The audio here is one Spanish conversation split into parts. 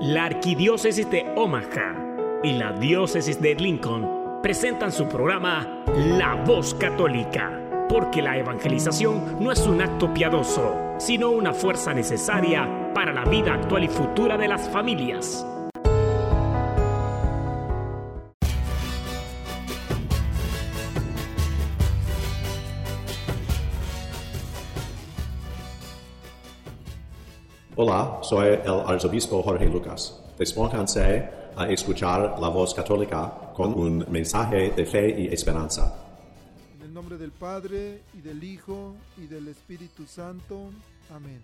La Arquidiócesis de Omaha y la Diócesis de Lincoln presentan su programa La Voz Católica, porque la evangelización no es un acto piadoso, sino una fuerza necesaria para la vida actual y futura de las familias. Hola, soy el arzobispo Jorge Lucas. Despónganse a escuchar la Voz Católica con un mensaje de fe y esperanza. En el nombre del Padre, y del Hijo, y del Espíritu Santo. Amén.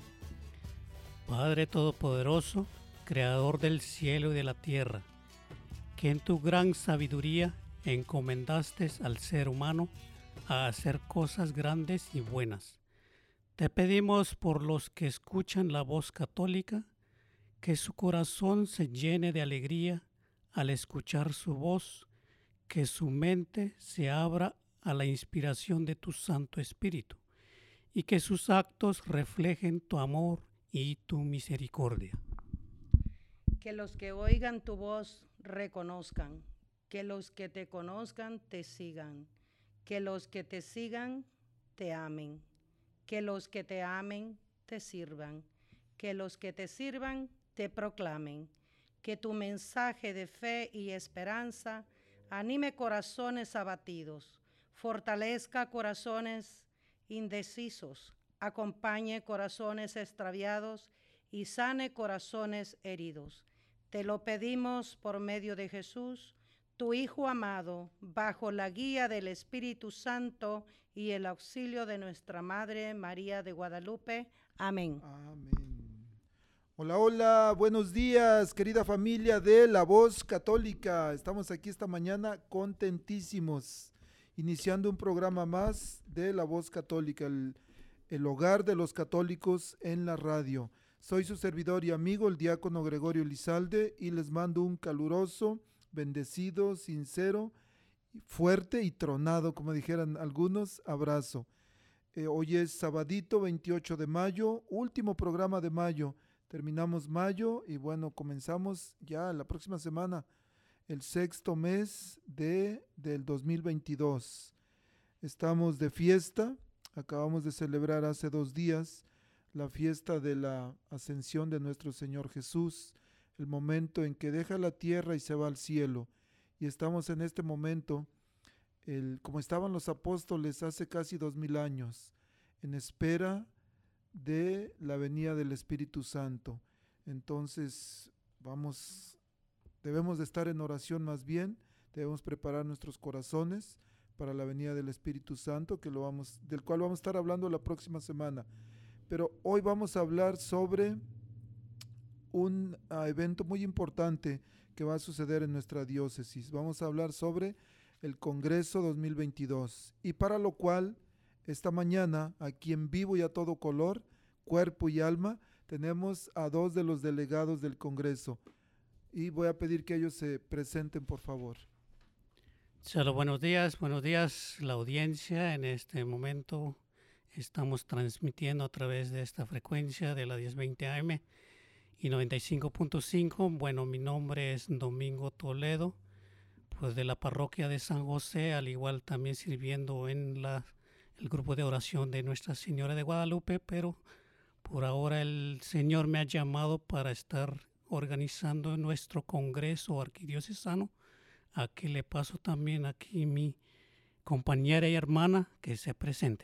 Padre Todopoderoso, Creador del cielo y de la tierra, que en tu gran sabiduría encomendaste al ser humano a hacer cosas grandes y buenas. Te pedimos por los que escuchan la Voz Católica, que su corazón se llene de alegría al escuchar su voz, que su mente se abra a la inspiración de tu Santo Espíritu, y que sus actos reflejen tu amor y tu misericordia. Que los que oigan tu voz reconozcan, que los que te conozcan te sigan, que los que te sigan te amen, que los que te amen te sirvan, que los que te sirvan te proclamen, que tu mensaje de fe y esperanza anime corazones abatidos, fortalezca corazones indecisos, acompañe corazones extraviados y sane corazones heridos. Te lo pedimos por medio de Jesús, tu Hijo amado, bajo la guía del Espíritu Santo y el auxilio de nuestra Madre María de Guadalupe. Amén. Amén. Hola, hola, buenos días, querida familia de La Voz Católica. Estamos aquí esta mañana contentísimos, iniciando un programa más de La Voz Católica, el hogar de los católicos en la radio. Soy su servidor y amigo, el diácono Gregorio Lizalde, y les mando un caluroso, bendecido, sincero, fuerte y tronado, como dijeran algunos, abrazo. Hoy es sabadito 28 de mayo, último programa de mayo. Terminamos mayo y bueno, comenzamos ya la próxima semana, el sexto mes del 2022. Estamos de fiesta, acabamos de celebrar hace 2 días la fiesta de la ascensión de nuestro Señor Jesús, el momento en que deja la tierra y se va al cielo. Y estamos en este momento, como estaban los apóstoles hace casi 2000 años, en espera de la venida del Espíritu Santo. Entonces, debemos de estar en oración más bien, debemos preparar nuestros corazones para la venida del Espíritu Santo, del cual vamos a estar hablando la próxima semana. Pero hoy vamos a hablar sobre un evento muy importante que va a suceder en nuestra diócesis. Vamos a hablar sobre el Congreso 2022, y para lo cual esta mañana, aquí en vivo y a todo color, cuerpo y alma, tenemos a 2 de los delegados del Congreso, y voy a pedir que ellos se presenten, por favor. Chalo, buenos días la audiencia. En este momento estamos transmitiendo a través de esta frecuencia de la 1020 AM y 95.5. Bueno, mi nombre es Domingo Toledo, pues de la parroquia de San José, al igual también sirviendo en el grupo de oración de Nuestra Señora de Guadalupe, pero por ahora el Señor me ha llamado para estar organizando nuestro congreso arquidiocesano. Aquí le paso también aquí mi compañera y hermana que se presente.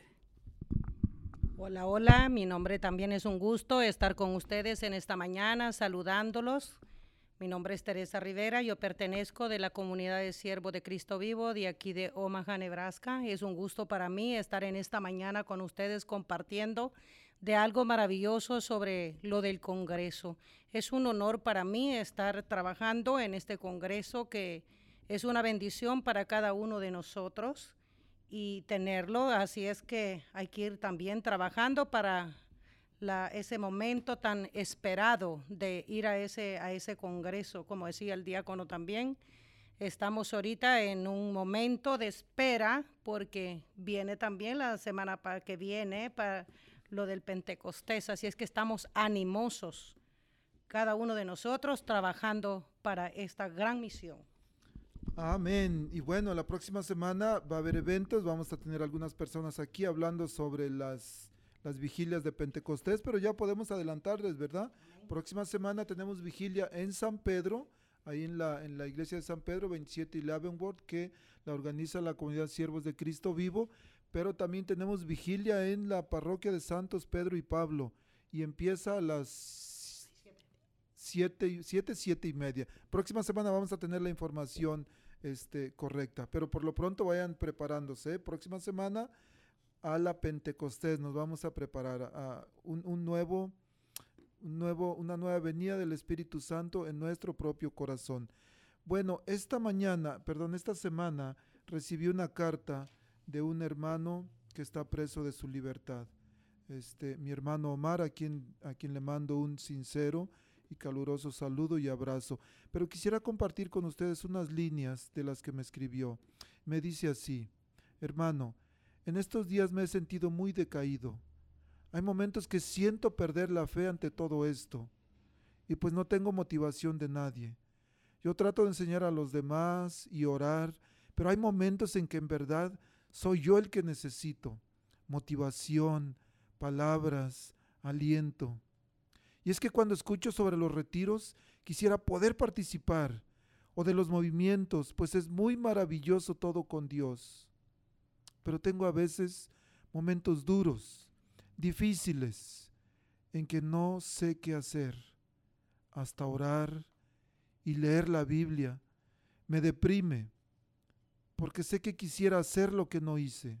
Hola, hola, mi nombre también es un gusto estar con ustedes en esta mañana saludándolos. Mi nombre es Teresa Rivera, yo pertenezco de la comunidad de Siervos de Cristo Vivo de aquí de Omaha, Nebraska. Es un gusto para mí estar en esta mañana con ustedes compartiendo de algo maravilloso sobre lo del Congreso. Es un honor para mí estar trabajando en este Congreso, que es una bendición para cada uno de nosotros y tenerlo, así es que hay que ir también trabajando para ese momento tan esperado de ir a ese congreso. Como decía el diácono también, estamos ahorita en un momento de espera porque viene también la semana que viene para lo del Pentecostés, así es que estamos animosos cada uno de nosotros trabajando para esta gran misión. Amén. Y bueno, la próxima semana va a haber eventos, vamos a tener algunas personas aquí hablando sobre las vigilias de Pentecostés, pero ya podemos adelantarles, ¿verdad? Próxima semana tenemos vigilia en San Pedro, ahí en la iglesia de San Pedro, 27 y Leavenworth, que la organiza la comunidad Siervos de Cristo Vivo, pero también tenemos vigilia en la parroquia de Santos Pedro y Pablo, y empieza a las 7:30. Próxima semana vamos a tener la información correcta, pero por lo pronto vayan preparándose, ¿eh? Próxima semana a la Pentecostés nos vamos a preparar a una nueva venida del Espíritu Santo en nuestro propio corazón. Bueno, esta semana recibí una carta de un hermano que está preso de su libertad. Mi hermano Omar, a quien le mando un sincero y caluroso saludo y abrazo. Pero quisiera compartir con ustedes unas líneas de las que me escribió. Me dice así: hermano, en estos días me he sentido muy decaído. Hay momentos que siento perder la fe ante todo esto, y pues no tengo motivación de nadie. Yo trato de enseñar a los demás y orar, pero hay momentos en que en verdad soy yo el que necesito motivación, palabras, aliento. Y es que cuando escucho sobre los retiros, quisiera poder participar, o de los movimientos, pues es muy maravilloso todo con Dios. Pero tengo a veces momentos duros, difíciles, en que no sé qué hacer. Hasta orar y leer la Biblia me deprime, porque sé que quisiera hacer lo que no hice.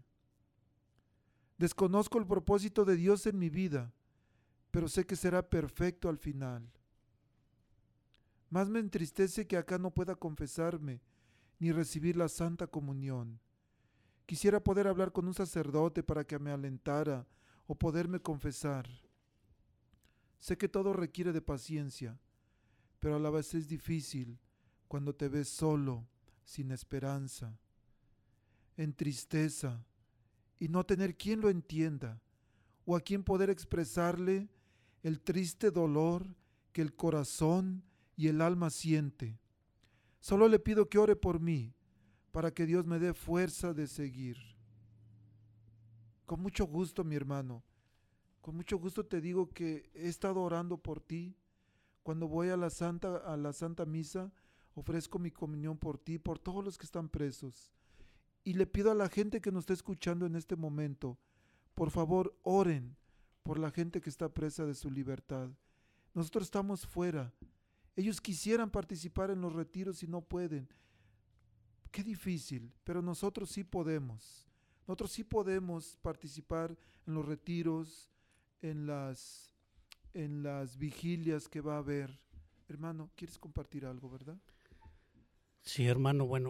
Desconozco el propósito de Dios en mi vida, pero sé que será perfecto al final. Más me entristece que acá no pueda confesarme ni recibir la Santa Comunión. Quisiera poder hablar con un sacerdote para que me alentara o poderme confesar. Sé que todo requiere de paciencia, pero a la vez es difícil cuando te ves solo, sin esperanza, en tristeza y no tener quien lo entienda o a quien poder expresarle el triste dolor que el corazón y el alma siente. Solo le pido que ore por mí para que Dios me dé fuerza de seguir. Con mucho gusto, mi hermano, con mucho gusto te digo que he estado orando por ti. Cuando voy a la Santa Misa, ofrezco mi comunión por ti, por todos los que están presos. Y le pido a la gente que nos está escuchando en este momento, por favor, oren por la gente que está presa de su libertad. Nosotros estamos fuera. Ellos quisieran participar en los retiros y no pueden. Qué difícil, pero nosotros sí podemos. Nosotros sí podemos participar en los retiros, en las vigilias que va a haber. Hermano, ¿quieres compartir algo, verdad? Sí, hermano, bueno,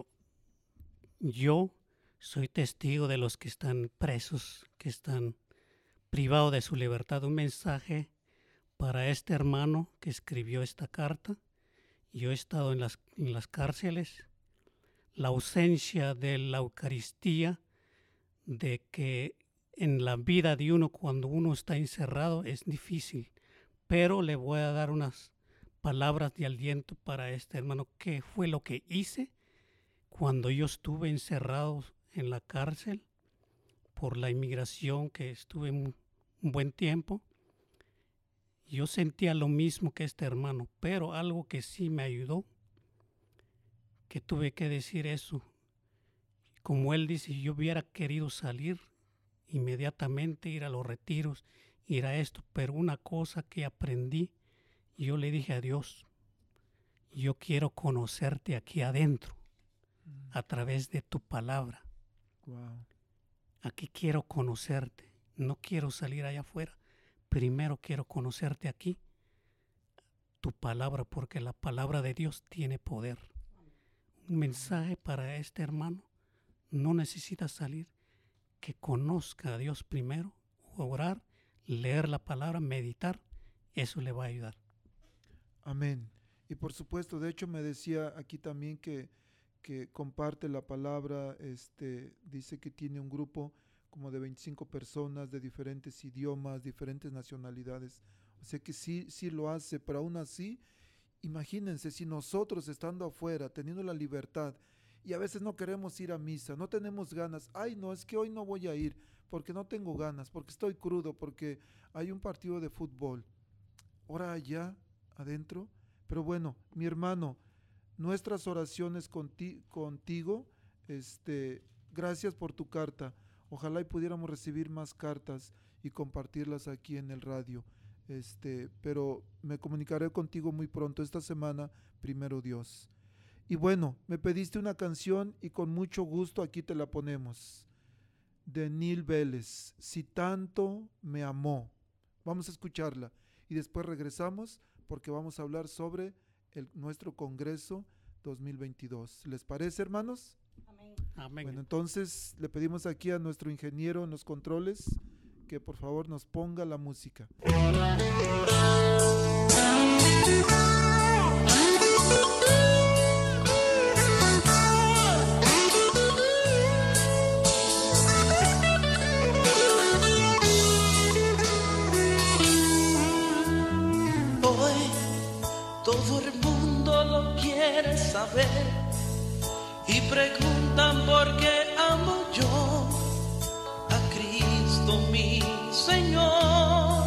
yo soy testigo de los que están presos, que están privados de su libertad. Un mensaje para este hermano que escribió esta carta. Yo he estado en las cárceles. La ausencia de la Eucaristía, de que en la vida de uno cuando uno está encerrado es difícil, pero le voy a dar unas palabras de aliento para este hermano. ¿Qué fue lo que hice cuando yo estuve encerrado en la cárcel por la inmigración, que estuve un buen tiempo? Yo sentía lo mismo que este hermano, pero algo que sí me ayudó, que tuve que decir eso. Como él dice, yo hubiera querido salir inmediatamente, ir a los retiros, ir a esto, pero una cosa que aprendí, yo le dije a Dios, yo quiero conocerte aquí adentro, a través de tu palabra. Wow. Aquí quiero conocerte, no quiero salir allá afuera, primero quiero conocerte aquí, tu palabra, porque la palabra de Dios tiene poder. Un mensaje para este hermano: no necesita salir, que conozca a Dios primero, orar, leer la palabra, meditar, eso le va a ayudar. Amén. Y por supuesto, de hecho me decía aquí también que comparte la palabra, dice que tiene un grupo como de 25 personas de diferentes idiomas, diferentes nacionalidades. O sea que sí lo hace, pero aún así, imagínense si nosotros estando afuera, teniendo la libertad, y a veces no queremos ir a misa, no tenemos ganas, ay no, es que hoy no voy a ir, porque no tengo ganas, porque estoy crudo, porque hay un partido de fútbol. Ora allá adentro, pero bueno, mi hermano, nuestras oraciones contigo, gracias por tu carta, ojalá y pudiéramos recibir más cartas y compartirlas aquí en el radio, pero me comunicaré contigo muy pronto, esta semana, primero Dios. Y bueno, me pediste una canción y con mucho gusto aquí te la ponemos, de Neil Vélez, Si tanto me amó. Vamos a escucharla y después regresamos porque vamos a hablar sobre nuestro Congreso 2022. ¿Les parece, hermanos? Amén. Amén. Bueno, entonces le pedimos aquí a nuestro ingeniero en los controles que por favor nos ponga la música. Todo el mundo lo quiere saber y preguntan por qué amo yo a Cristo mi Señor.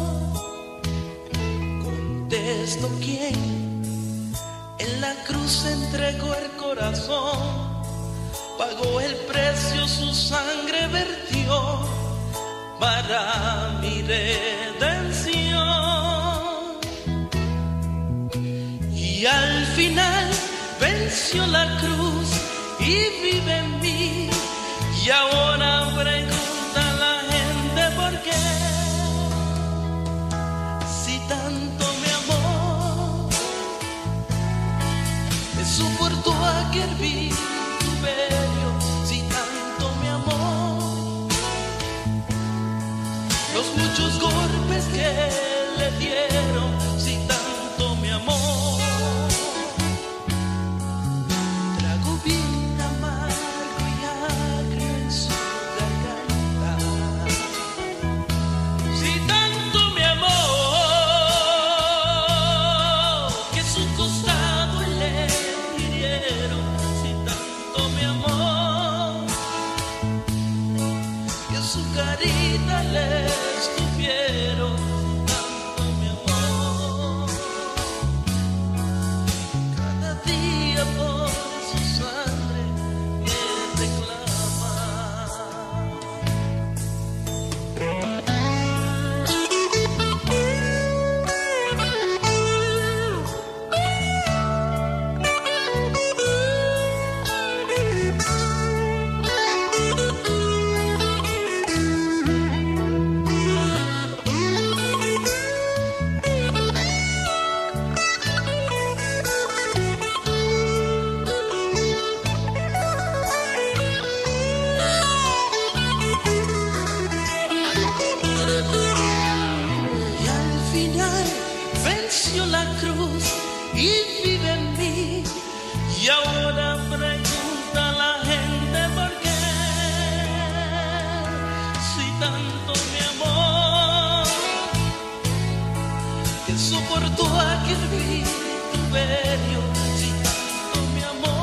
Contesto, ¿quién en la cruz entregó el corazón? Pagó el precio, su sangre vertió para mi redención. Y al final venció la cruz y vive en mí. Y ahora pregunta la gente por qué. Si tanto me amó, me soportó aquel vituperio. Si tanto me amó, los muchos golpes que le dieron. Si tanto me amó, les tuvieron, tanto me amó. Cada día por su sangre me reclama. Y ahora pregunta la gente por qué. Si tanto me amó, que soportó aquel vituperio. Si tanto me amó,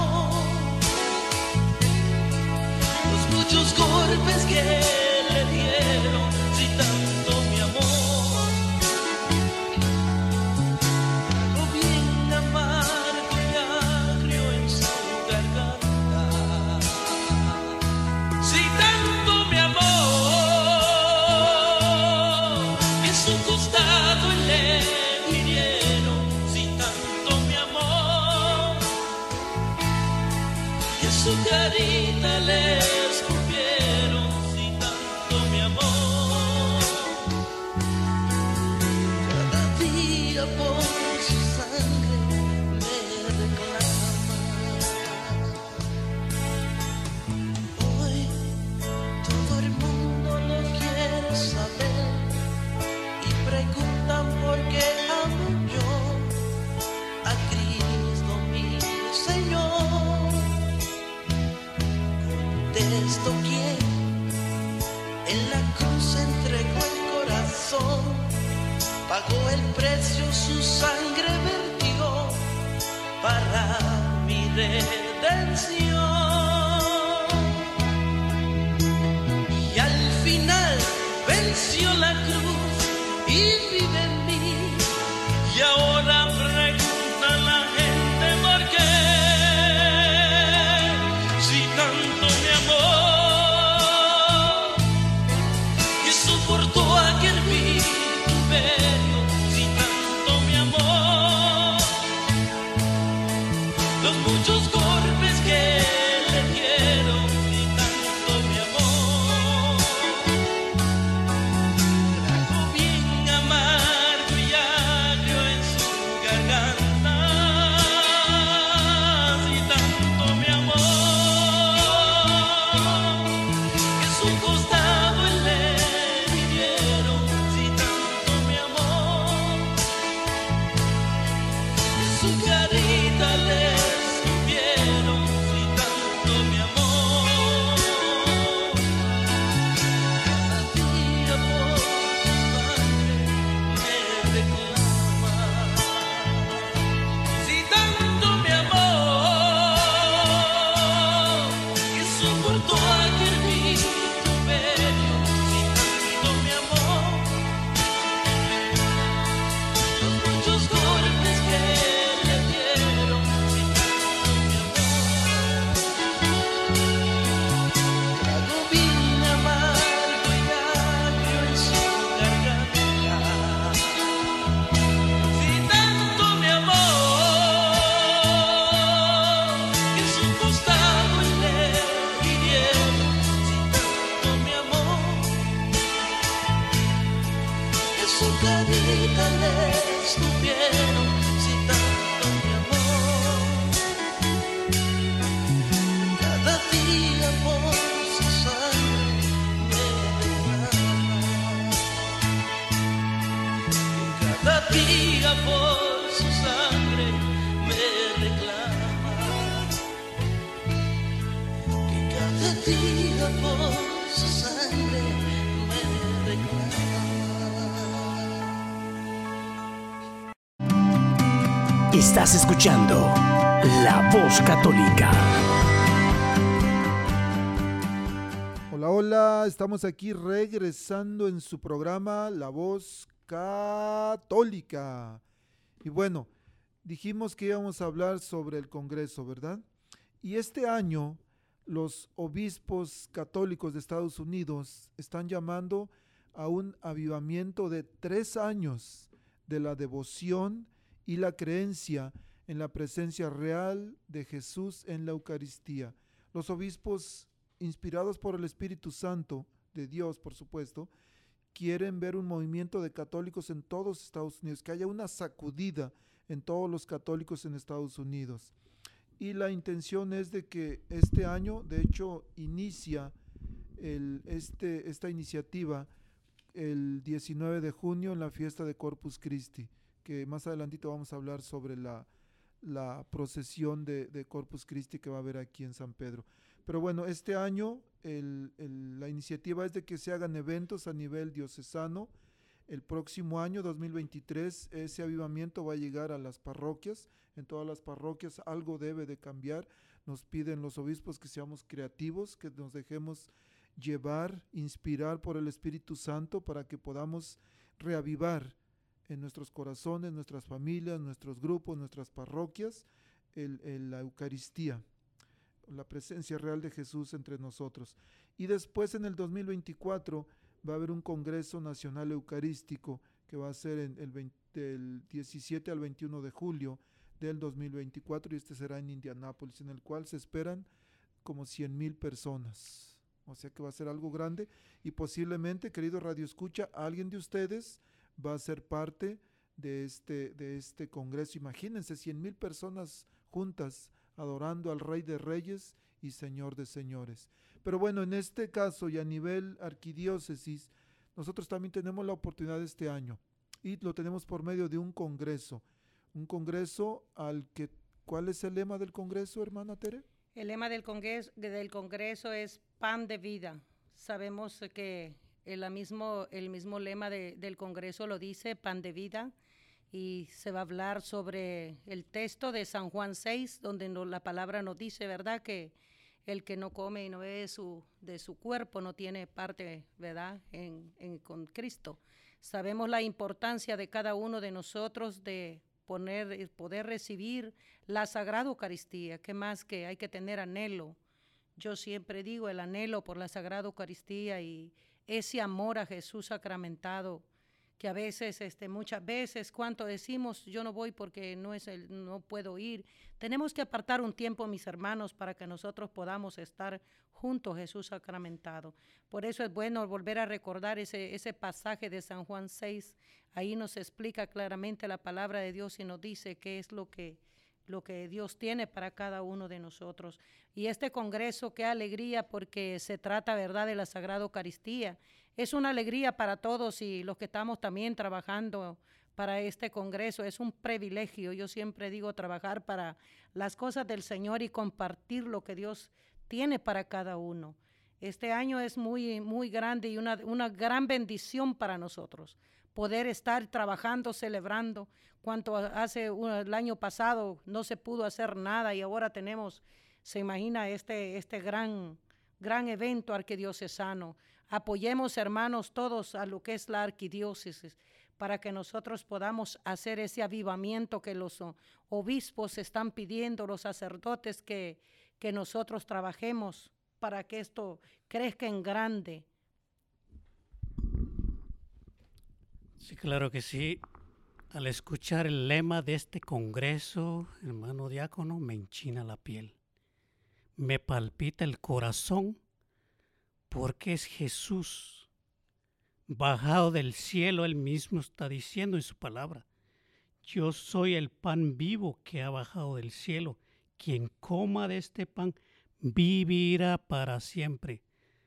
los muchos golpes que le dieron. Si tanto me amó, su carita le escupieron. Si tanto me amó, cada día por su sangre me reclama. Hoy todo el mundo lo quiere saber y preguntan por qué amo yo a Cristo mi Señor. redención. Y al final venció la cruz y vive en mí. Y ahora pregunta la gente por qué. Si tanto me amó y soportó aquel vituperio, si tanto me amó, los muchos golpes que le dieron, si tanto me amó, trago bien amargo y agrio en su garganta, si tanto me amó, que su costado él le hirieron, si tanto me amó, que su carita le estuvieron, si tanto me amó, cada día por su sangre me reclama, si tanto me amó, que soportó aquel vituperio, si tanto me amó, los muchos golpes que le dieron, si tanto me amó, trago bien amargo y agrio en su garganta, si tanto me amó, que su costado él le hirieron, si tanto me amó, que su carita le estuvieron, si tanto me amó, cada día por su sangre me reclama, que cada día por su sangre me reclama, que cada día por su sangre me reclama. Estás escuchando La Voz Católica. Hola, hola, estamos aquí regresando en su programa La Voz Católica. Y bueno, dijimos que íbamos a hablar sobre el Congreso, ¿verdad? Y este año los obispos católicos de Estados Unidos están llamando a un avivamiento de 3 años de la devoción y la creencia en la presencia real de Jesús en la Eucaristía. Los obispos, inspirados por el Espíritu Santo de Dios, por supuesto, quieren ver un movimiento de católicos en todos Estados Unidos, que haya una sacudida en todos los católicos en Estados Unidos. Y la intención es de que este año, de hecho, inicia esta iniciativa el 19 de junio en la fiesta de Corpus Christi, que más adelantito vamos a hablar sobre la procesión de Corpus Christi que va a haber aquí en San Pedro. Pero bueno, este año la iniciativa es de que se hagan eventos a nivel diocesano. El próximo año, 2023, ese avivamiento va a llegar a las parroquias. En todas las parroquias algo debe de cambiar. Nos piden los obispos que seamos creativos, que nos dejemos llevar, inspirar por el Espíritu Santo para que podamos reavivar en nuestros corazones, nuestras familias, nuestros grupos, nuestras parroquias, la Eucaristía, la presencia real de Jesús entre nosotros. Y después en el 2024 va a haber un Congreso Nacional Eucarístico que va a ser del 17 al 21 de julio del 2024, y este será en Indianápolis, en el cual se esperan como 100,000 personas. O sea que va a ser algo grande, y posiblemente, querido Radio Escucha, alguien de ustedes va a ser parte de este congreso. Imagínense 100,000 personas juntas adorando al Rey de Reyes y Señor de Señores. Pero bueno, en este caso y a nivel arquidiócesis, nosotros también tenemos la oportunidad este año, y lo tenemos por medio de un congreso ¿cuál es el lema del congreso, hermana Tere? El lema del congreso es pan de vida. Sabemos que el mismo lema del congreso lo dice, pan de vida, y se va a hablar sobre el texto de San Juan 6, donde la palabra nos dice, ¿verdad?, que el que no come y no bebe de su cuerpo no tiene parte, ¿verdad?, con Cristo. Sabemos la importancia de cada uno de nosotros de poder recibir la Sagrada Eucaristía, que más que hay que tener anhelo. Yo siempre digo el anhelo por la Sagrada Eucaristía y ese amor a Jesús sacramentado, que a veces, muchas veces, cuánto decimos, yo no voy porque no puedo ir. Tenemos que apartar un tiempo, mis hermanos, para que nosotros podamos estar junto a Jesús sacramentado. Por eso es bueno volver a recordar ese pasaje de San Juan 6. Ahí nos explica claramente la palabra de Dios y nos dice qué es lo que Dios tiene para cada uno de nosotros. Y este congreso, qué alegría, porque se trata, ¿verdad?, de la Sagrada Eucaristía. Es una alegría para todos y los que estamos también trabajando para este congreso. Es un privilegio, yo siempre digo, trabajar para las cosas del Señor y compartir lo que Dios tiene para cada uno. Este año es muy, muy grande y una gran bendición para nosotros poder estar trabajando, celebrando. Cuanto el año pasado no se pudo hacer nada y ahora tenemos, se imagina, este gran evento arquidiocesano. Apoyemos, hermanos, todos a lo que es la arquidiócesis para que nosotros podamos hacer ese avivamiento que los obispos están pidiendo, los sacerdotes, que nosotros trabajemos para que esto crezca en grande. Sí, claro que sí. Al escuchar el lema de este congreso, hermano diácono, me enchina la piel. Me palpita el corazón porque es Jesús bajado del cielo. Él mismo está diciendo en su palabra: yo soy el pan vivo que ha bajado del cielo. Quien coma de este pan vivirá para siempre.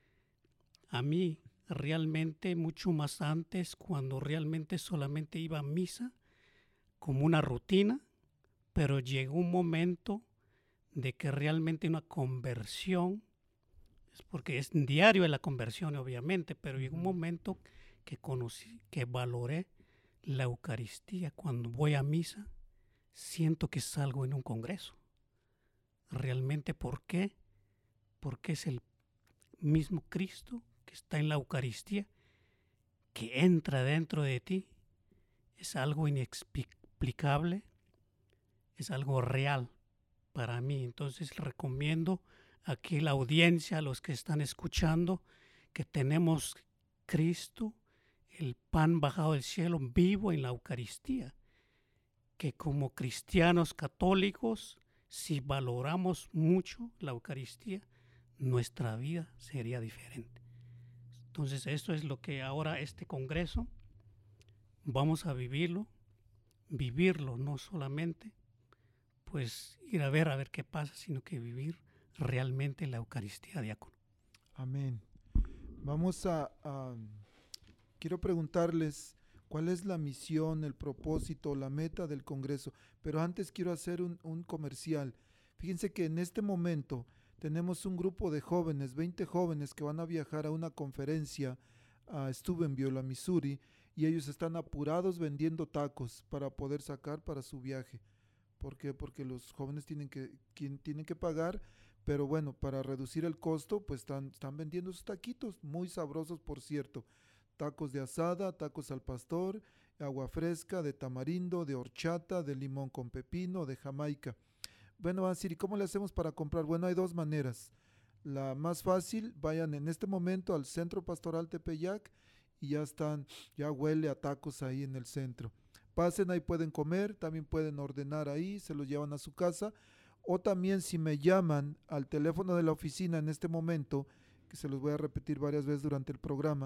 A mí, realmente, mucho más antes, cuando realmente solamente iba a misa como una rutina, pero llegó un momento de que realmente una conversión, es porque es diario la conversión obviamente, pero llegó un momento que conocí, que valoré la Eucaristía. Cuando voy a misa, siento que salgo en un congreso. Realmente, ¿por qué? Porque es el mismo Cristo que está en la Eucaristía, que entra dentro de ti. Es algo inexplicable, es algo real para mí. Entonces recomiendo aquí la audiencia, a los que están escuchando, que tenemos Cristo, el pan bajado del cielo, vivo en la Eucaristía, que como cristianos católicos, si valoramos mucho la Eucaristía, nuestra vida sería diferente. Entonces esto es lo que ahora este congreso vamos a vivirlo, no solamente pues ir a ver qué pasa, sino que vivir realmente la Eucaristía, diácono. Amén. Vamos quiero preguntarles cuál es la misión, el propósito, la meta del Congreso, pero antes quiero hacer un comercial. Fíjense que en este momento tenemos un grupo de jóvenes, 20 jóvenes que van a viajar a una conferencia a Steubenville, a Missouri, y ellos están apurados vendiendo tacos para poder sacar para su viaje. ¿Por qué? Porque los jóvenes tienen que pagar, pero bueno, para reducir el costo, pues están vendiendo sus taquitos, muy sabrosos, por cierto. Tacos de asada, tacos al pastor, agua fresca, de tamarindo, de horchata, de limón con pepino, de Jamaica. Bueno, van a decir, ¿y cómo le hacemos para comprar? Bueno, hay dos maneras. La más fácil, vayan en este momento al Centro Pastoral Tepeyac y ya huele a tacos ahí en el centro. Pasen, ahí pueden comer, también pueden ordenar ahí, se los llevan a su casa. O también si me llaman al teléfono de la oficina en este momento, que se los voy a repetir varias veces durante el programa,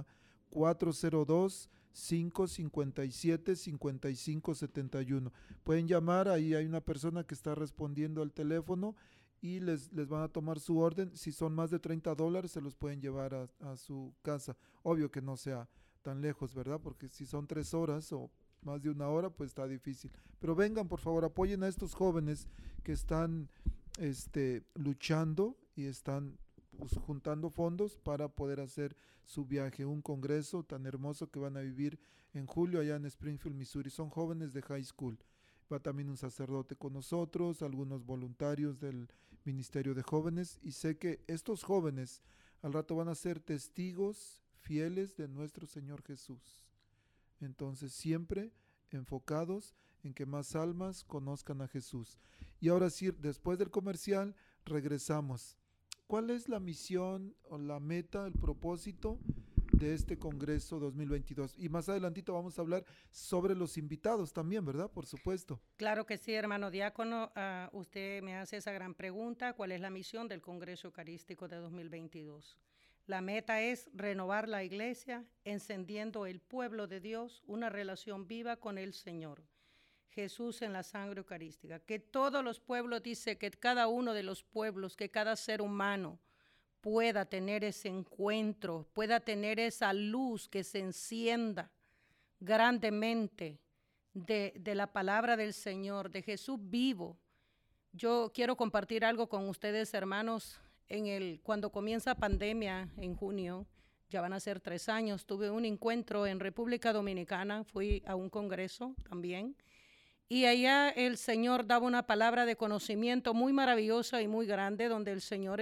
402-557-5571. Pueden llamar, ahí hay una persona que está respondiendo al teléfono y les van a tomar su orden. Si son más de $30, se los pueden llevar a su casa. Obvio que no sea tan lejos, ¿verdad? Porque si son 3 horas o más de 1 hora, pues está difícil. Pero vengan, por favor, apoyen a estos jóvenes que están luchando y están juntando fondos para poder hacer su viaje, un congreso tan hermoso que van a vivir en julio allá en Springfield, Missouri. Son jóvenes de high school. Va también un sacerdote con nosotros, algunos voluntarios del Ministerio de Jóvenes, y sé que estos jóvenes al rato van a ser testigos fieles de nuestro Señor Jesús. Entonces siempre enfocados en que más almas conozcan a Jesús. Y ahora sí, después del comercial, regresamos. ¿Cuál es la misión o la meta, el propósito de este Congreso 2022? Y más adelantito vamos a hablar sobre los invitados también, ¿verdad? Por supuesto. Claro que sí, hermano diácono. Usted me hace esa gran pregunta. ¿Cuál es la misión del Congreso Eucarístico de 2022? La meta es renovar la iglesia, encendiendo el pueblo de Dios, una relación viva con el Señor. Jesús en la sangre eucarística. Que todos los pueblos, dice que cada uno de los pueblos, que cada ser humano pueda tener ese encuentro, pueda tener esa luz que se encienda grandemente de la palabra del Señor, de Jesús vivo. Yo quiero compartir algo con ustedes, hermanos. Cuando comienza pandemia en junio, ya van a ser 3 años, tuve un encuentro en República Dominicana, fui a un congreso también, y allá el Señor daba una palabra de conocimiento muy maravillosa y muy grande, donde el Señor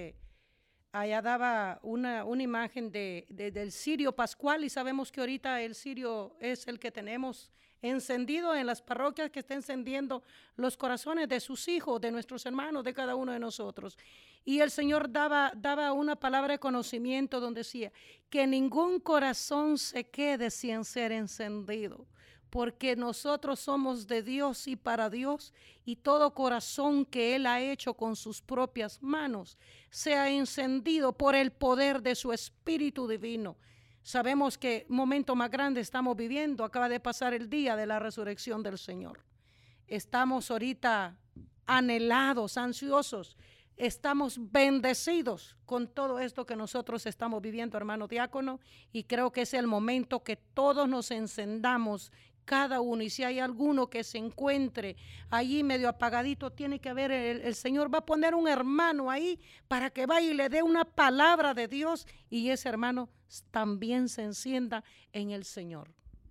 allá daba una imagen del cirio pascual, y sabemos que ahorita el cirio es el que tenemos encendido en las parroquias, que está encendiendo los corazones de sus hijos, de nuestros hermanos, de cada uno de nosotros. Y el Señor daba una palabra de conocimiento donde decía que ningún corazón se quede sin ser encendido, porque nosotros somos de Dios y para Dios, y todo corazón que Él ha hecho con sus propias manos sea encendido por el poder de su Espíritu Divino. Sabemos que momento más grande estamos viviendo. Acaba de pasar el día de la resurrección del Señor. Estamos ahorita anhelados, ansiosos. Estamos bendecidos con todo esto que nosotros estamos viviendo, hermano diácono, y creo que es el momento que todos nos encendamos, cada uno, y si hay alguno que se encuentre allí medio apagadito, tiene que haber, el Señor va a poner un hermano ahí para que vaya y le dé una palabra de Dios, y ese hermano también se encienda en el Señor.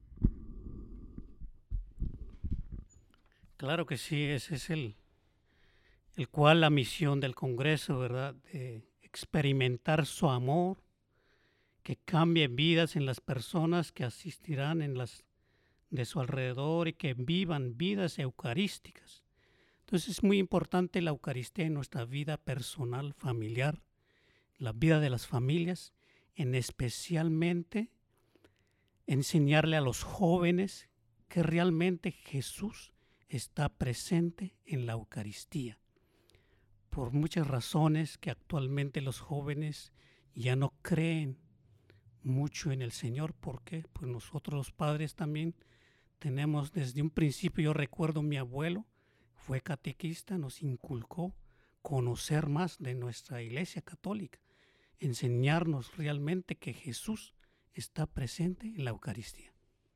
Claro que sí, ese es el cual la misión del Congreso, ¿verdad? De experimentar su amor, que cambie vidas en las personas que asistirán de su alrededor, y que vivan vidas eucarísticas. Entonces es muy importante la Eucaristía en nuestra vida personal, familiar, la vida de las familias, en especialmente enseñarle a los jóvenes que realmente Jesús está presente en la Eucaristía. Por muchas razones que actualmente los jóvenes ya no creen mucho en el Señor. ¿Por qué? Pues nosotros los padres también tenemos desde un principio. Yo recuerdo mi abuelo fue catequista, nos inculcó conocer más de nuestra Iglesia Católica, enseñarnos realmente que Jesús está presente en la Eucaristía.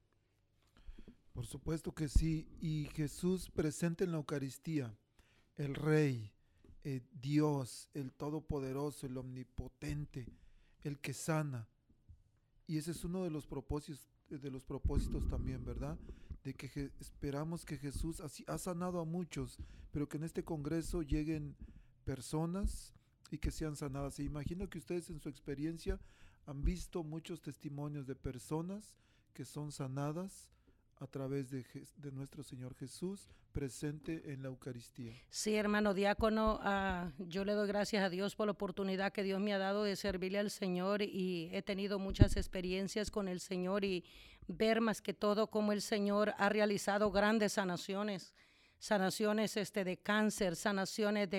Por supuesto que sí, y Jesús presente en la Eucaristía, el Rey, Dios, el Todopoderoso, el Omnipotente, el que sana. Y ese es uno de los propósitos también, ¿verdad? De que esperamos que Jesús así ha sanado a muchos, pero que en este congreso lleguen personas y que sean sanadas. E imagino que ustedes en su experiencia han visto muchos testimonios de personas que son sanadas a través de nuestro Señor Jesús presente en la Eucaristía. Sí, hermano diácono, yo le doy gracias a Dios por la oportunidad que Dios me ha dado de servirle al Señor, y he tenido muchas experiencias con el Señor, y ver más que todo cómo el Señor ha realizado grandes sanaciones de cáncer, sanaciones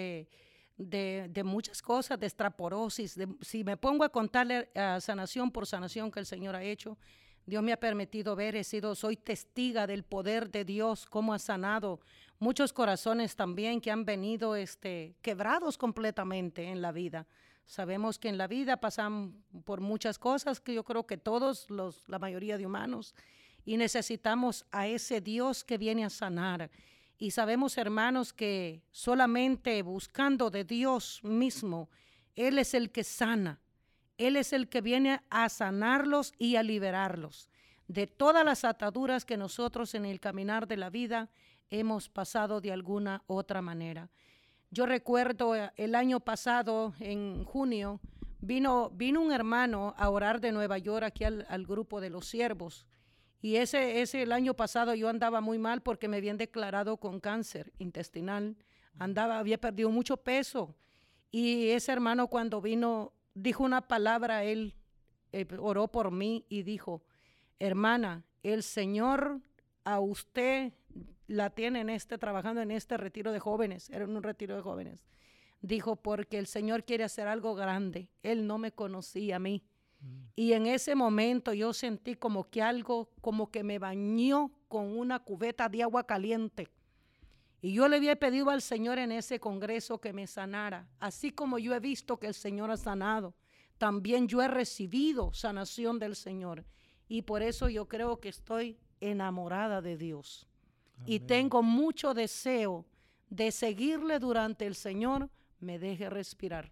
de muchas cosas, de osteoporosis. Si me pongo a contarle sanación por sanación que el Señor ha hecho, Dios me ha permitido ver, soy testiga del poder de Dios, cómo ha sanado muchos corazones también que han venido quebrados completamente en la vida. Sabemos que en la vida pasan por muchas cosas, que yo creo que todos, la mayoría de humanos, y necesitamos a ese Dios que viene a sanar. Y sabemos, hermanos, que solamente buscando de Dios mismo Él es el que sana. Él es el que viene a sanarlos y a liberarlos de todas las ataduras que nosotros en el caminar de la vida hemos pasado de alguna otra manera. Yo recuerdo el año pasado, en junio, vino un hermano a orar de Nueva York aquí al grupo de los siervos. Y el año pasado yo andaba muy mal porque me habían declarado con cáncer intestinal. Había perdido mucho peso. Y ese hermano cuando vino, dijo una palabra, él oró por mí y dijo: hermana, el Señor a usted la tiene trabajando en este retiro de jóvenes. Era un retiro de jóvenes. Dijo, porque el Señor quiere hacer algo grande. Él no me conocía a mí. Y en ese momento yo sentí como que algo, como que me bañó con una cubeta de agua caliente. Y yo le había pedido al Señor en ese congreso que me sanara. Así como yo he visto que el Señor ha sanado, también yo he recibido sanación del Señor. Y por eso yo creo que estoy enamorada de Dios. Amén. Y tengo mucho deseo de seguirle durante el Señor me deje respirar.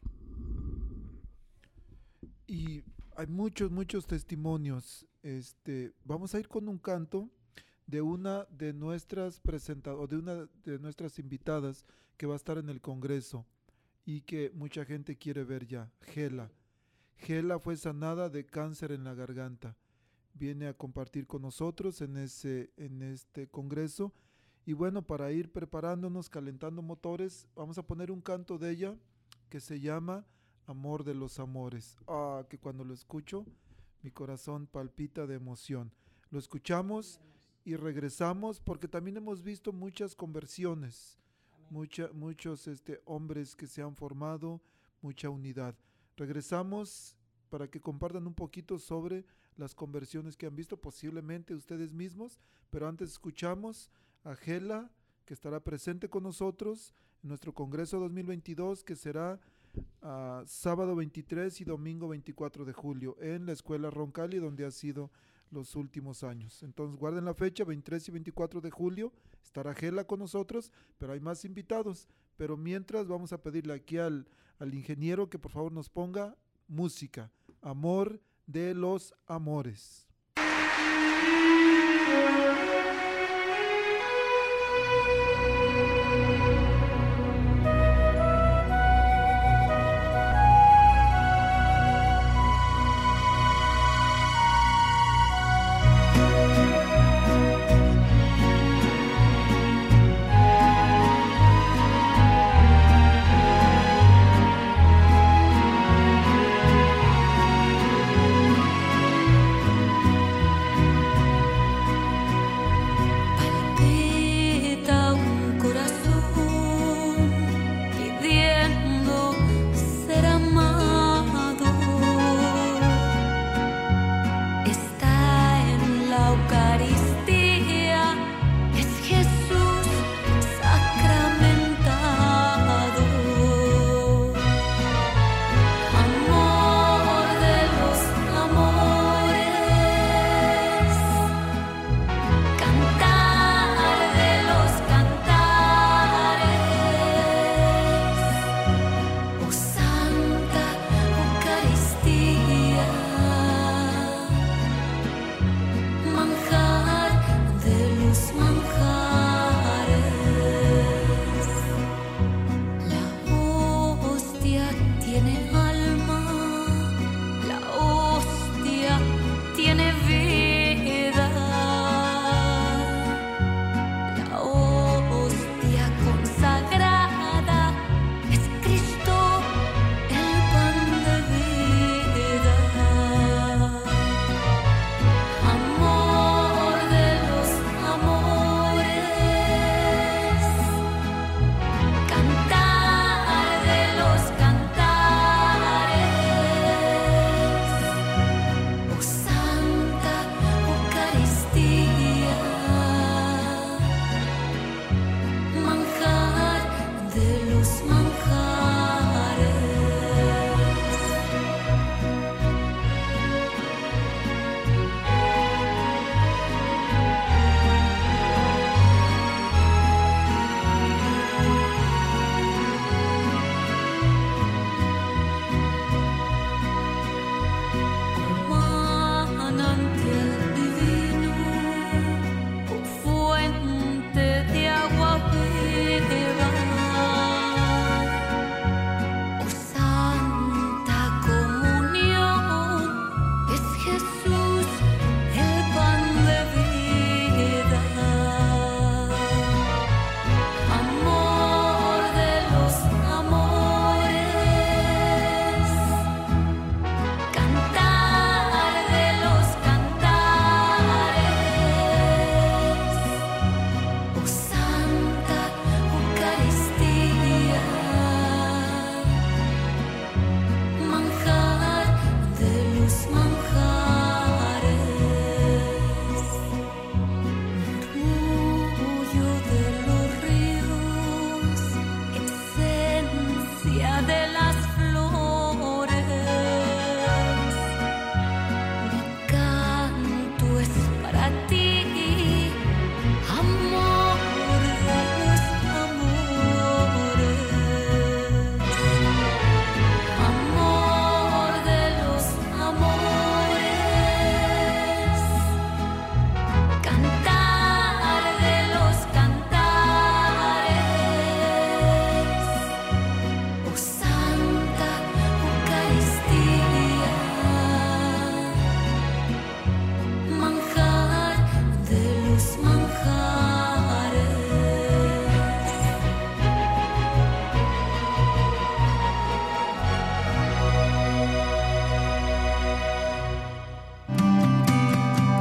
Y hay muchos testimonios. Vamos a ir con un canto de una de nuestras invitadas que va a estar en el Congreso y que mucha gente quiere ver ya. Gela fue sanada de cáncer en la garganta. Viene a compartir con nosotros en este Congreso. Y bueno, para ir preparándonos, calentando motores, vamos a poner un canto de ella que se llama Amor de los Amores. Que cuando lo escucho, mi corazón palpita de emoción. Lo escuchamos y regresamos porque también hemos visto muchas conversiones, muchos hombres que se han formado, mucha unidad. Regresamos para que compartan un poquito sobre las conversiones que han visto, posiblemente ustedes mismos, pero antes escuchamos a Gela, que estará presente con nosotros en nuestro Congreso 2022, que será sábado 23 y domingo 24 de julio en la Escuela Roncalli, donde ha sido los últimos años. Entonces guarden la fecha, 23 y 24 de julio, estará Gela con nosotros, pero hay más invitados. Pero mientras vamos a pedirle aquí al ingeniero que por favor nos ponga música, Amor de los Amores.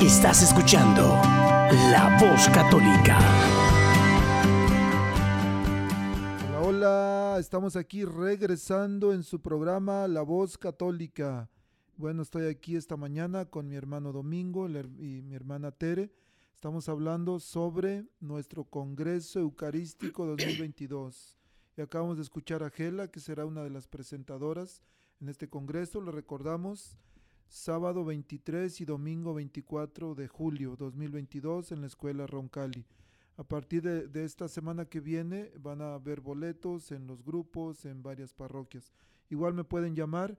Estás escuchando La Voz Católica. Hola, hola, estamos aquí regresando en su programa La Voz Católica. Bueno, estoy aquí esta mañana con mi hermano Domingo y mi hermana Tere. Estamos hablando sobre nuestro Congreso Eucarístico 2022. Y acabamos de escuchar a Gela, que será una de las presentadoras en este congreso. Le recordamos, sábado 23 y domingo 24 de julio 2022 en la Escuela Roncalli. A partir de esta semana que viene van a haber boletos en los grupos, en varias parroquias. Igual me pueden llamar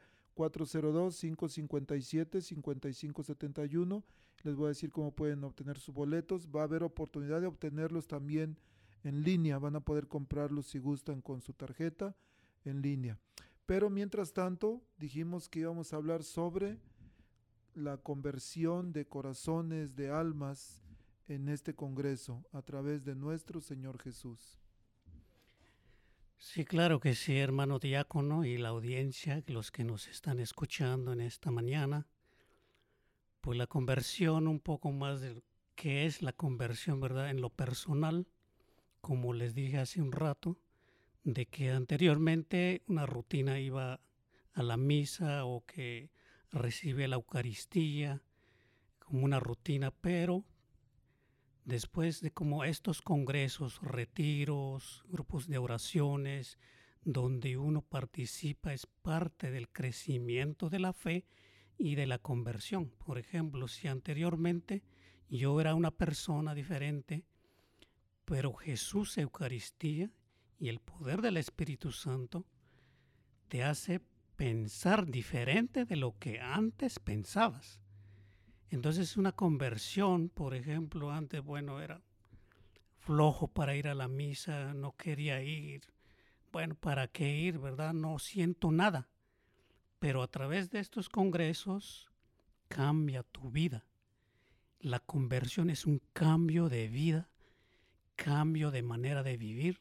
402-557-5571. Les voy a decir cómo pueden obtener sus boletos. Va a haber oportunidad de obtenerlos también en línea. Van a poder comprarlos si gustan con su tarjeta en línea. Pero mientras tanto, dijimos que íbamos a hablar sobre la conversión de corazones, de almas en este congreso a través de nuestro Señor Jesús. Sí, claro que sí, hermano diácono y la audiencia, los que nos están escuchando en esta mañana. Pues la conversión, un poco más de qué es la conversión, ¿verdad? En lo personal, como les dije hace un rato, de que anteriormente una rutina iba a la misa o que recibe la Eucaristía como una rutina, pero después de como estos congresos, retiros, grupos de oraciones, donde uno participa, es parte del crecimiento de la fe y de la conversión. Por ejemplo, si anteriormente yo era una persona diferente, pero Jesús Eucaristía y el poder del Espíritu Santo te hace pensar diferente de lo que antes pensabas. Entonces una conversión, por ejemplo, antes, era flojo para ir a la misa, no quería ir. Bueno, ¿para qué ir, verdad? No siento nada. Pero a través de estos congresos cambia tu vida. La conversión es un cambio de vida, cambio de manera de vivir,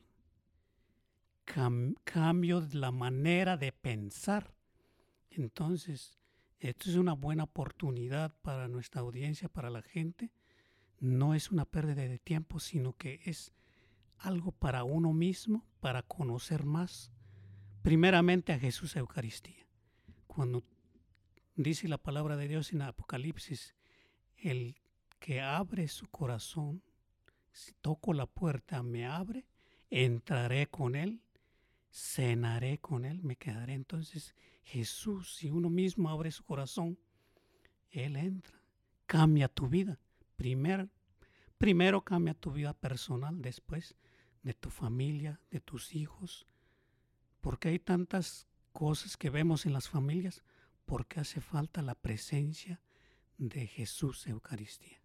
cambio de la manera de pensar. Entonces, esto es una buena oportunidad para nuestra audiencia, para la gente. No es una pérdida de tiempo, sino que es algo para uno mismo, para conocer más, primeramente a Jesús Eucaristía. Cuando dice la palabra de Dios en Apocalipsis, el que abre su corazón, si toco la puerta, me abre, entraré con él, cenaré con él, me quedaré. Entonces Jesús, si uno mismo abre su corazón, Él entra, cambia tu vida. Primero cambia tu vida personal, después de tu familia, de tus hijos. Porque hay tantas cosas que vemos en las familias, porque hace falta la presencia de Jesús Eucaristía.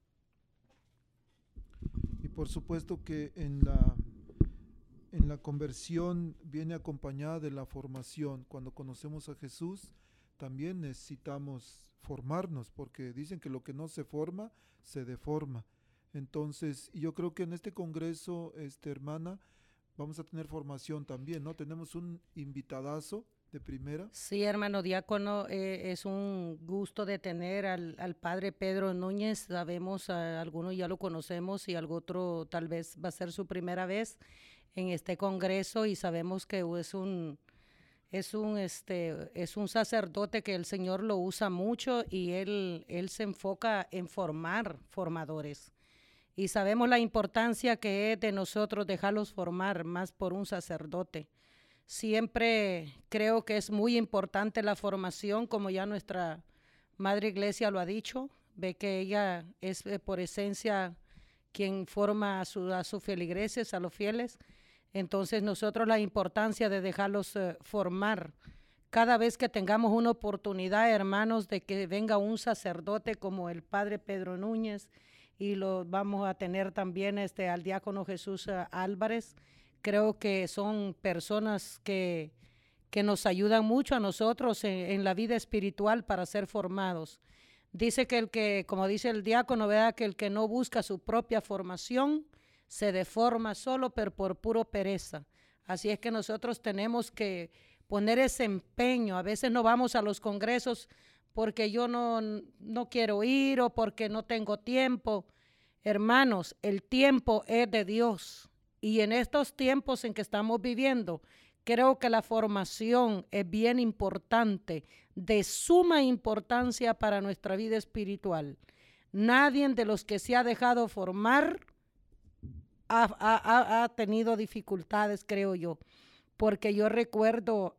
Y por supuesto que en la conversión viene acompañada de la formación. Cuando conocemos a Jesús, también necesitamos formarnos, porque dicen que lo que no se forma, se deforma. Entonces, yo creo que en este congreso, hermana, vamos a tener formación también, ¿no? Tenemos un invitadazo de primera. Sí, hermano diácono, es un gusto de tener al padre Pedro Núñez. Sabemos, algunos ya lo conocemos y algo otro tal vez va a ser su primera vez en este congreso, y sabemos que es un sacerdote que el Señor lo usa mucho, y él se enfoca en formar formadores. Y sabemos la importancia que es de nosotros dejarlos formar más por un sacerdote. Siempre creo que es muy importante la formación, como ya nuestra Madre Iglesia lo ha dicho. Ve que ella es por esencia quien forma a sus feligreses, a los fieles. Entonces nosotros la importancia de dejarlos formar. Cada vez que tengamos una oportunidad, hermanos, de que venga un sacerdote como el padre Pedro Núñez, y lo vamos a tener también al diácono Jesús Álvarez. Creo que son personas que nos ayudan mucho a nosotros en la vida espiritual para ser formados. Dice que como dice el diácono, ¿verdad?, que el que no busca su propia formación se deforma solo, pero por puro pereza. Así es que nosotros tenemos que poner ese empeño. A veces no vamos a los congresos porque yo no quiero ir o porque no tengo tiempo. Hermanos, el tiempo es de Dios y en estos tiempos en que estamos viviendo, creo que la formación es bien importante, de suma importancia para nuestra vida espiritual. Nadie de los que se ha dejado formar ha tenido dificultades, creo yo, porque yo recuerdo